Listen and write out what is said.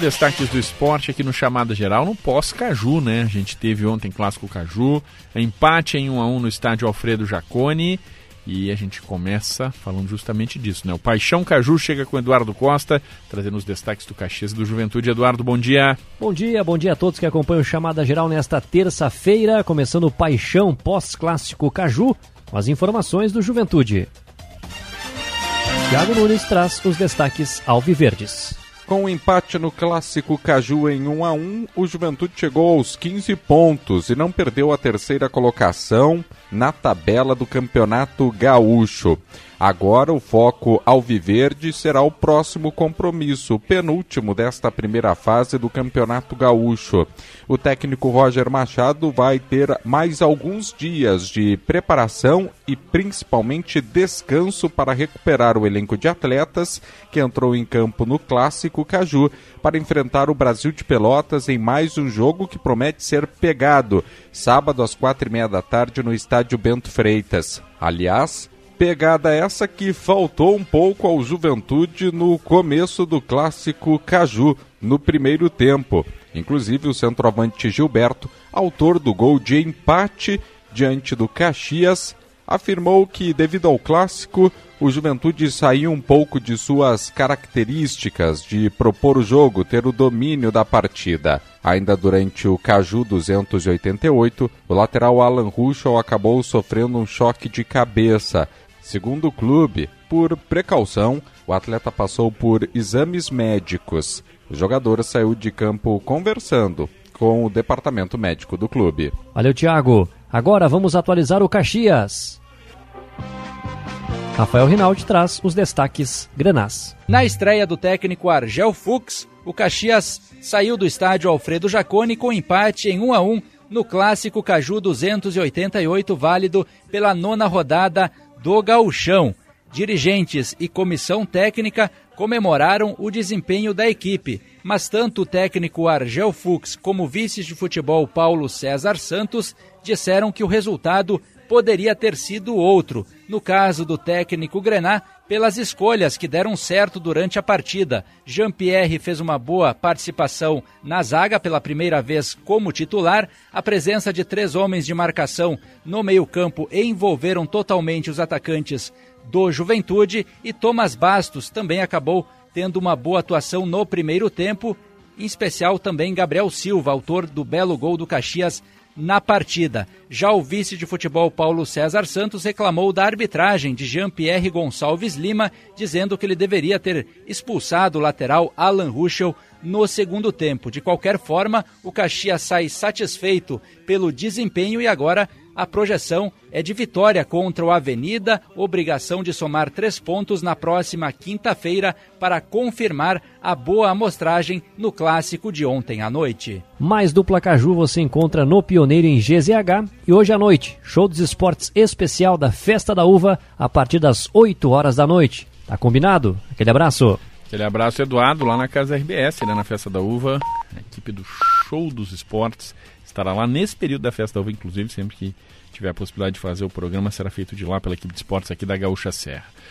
destaques do esporte aqui no Chamada Geral, no pós-Caju, né? A gente teve ontem Clássico Caju, empate em 1-1 no estádio Alfredo Jaconi, e a gente começa falando justamente disso, né? O Paixão Caju chega com Eduardo Costa, trazendo os destaques do Caxias e do Juventude. Eduardo, bom dia. Bom dia a todos que acompanham o Chamada Geral nesta terça-feira, começando o Paixão pós-Clássico Caju, com as informações do Juventude. Thiago Nunes traz os destaques alviverdes. Com o empate no Clássico Caju em 1-1, o Juventude chegou aos 15 pontos e não perdeu a terceira colocação na tabela do Campeonato Gaúcho. Agora o foco alviverde será o próximo compromisso, o penúltimo desta primeira fase do Campeonato Gaúcho. O técnico Roger Machado vai ter mais alguns dias de preparação e principalmente descanso para recuperar o elenco de atletas que entrou em campo no Clássico Caju para enfrentar o Brasil de Pelotas em mais um jogo que promete ser pegado, sábado às 4h30 no estádio Bento Freitas. Aliás, pegada essa que faltou um pouco ao Juventude no começo do Clássico Caju, no primeiro tempo. Inclusive o centroavante Gilberto, autor do gol de empate diante do Caxias, afirmou que devido ao Clássico, o Juventude saiu um pouco de suas características de propor o jogo, ter o domínio da partida. Ainda durante o Caju 288, o lateral Alan Ruschel acabou sofrendo um choque de cabeça. Segundo o clube, por precaução, o atleta passou por exames médicos. O jogador saiu de campo conversando com o departamento médico do clube. Valeu, Thiago. Agora vamos atualizar o Caxias. Rafael Rinaldi traz os destaques grenás. Na estreia do técnico Argel Fuchs, o Caxias saiu do estádio Alfredo Jaconi com empate em 1-1 no Clássico Caju 288, válido pela 9ª rodada do Gauchão. Dirigentes e comissão técnica comemoraram o desempenho da equipe, mas tanto o técnico Argel Fuchs como o vice de futebol Paulo César Santos disseram que o resultado poderia ter sido outro, no caso do técnico Grená, pelas escolhas que deram certo durante a partida. Jean-Pierre fez uma boa participação na zaga pela primeira vez como titular. A presença de 3 homens de marcação no meio-campo envolveram totalmente os atacantes do Juventude, e Thomas Bastos também acabou tendo uma boa atuação no primeiro tempo, em especial também Gabriel Silva, autor do belo gol do Caxias na partida. Já o vice de futebol Paulo César Santos reclamou da arbitragem de Jean-Pierre Gonçalves Lima, dizendo que ele deveria ter expulsado o lateral Alan Ruschel no segundo tempo. De qualquer forma, o Caxias sai satisfeito pelo desempenho e agora a projeção é de vitória contra o Avenida, obrigação de somar 3 pontos na próxima quinta-feira para confirmar a boa amostragem no clássico de ontem à noite. Mais Dupla Caju você encontra no Pioneiro em GZH, e hoje à noite, show dos esportes especial da Festa da Uva a partir das 8h da noite. Tá combinado? Aquele abraço. Aquele abraço, Eduardo, lá na Casa RBS, né, na Festa da Uva. A equipe do Show dos Esportes estará lá nesse período da Festa da Uva, inclusive sempre que tiver a possibilidade de fazer o programa será feito de lá pela equipe de esportes aqui da Gaúcha Serra.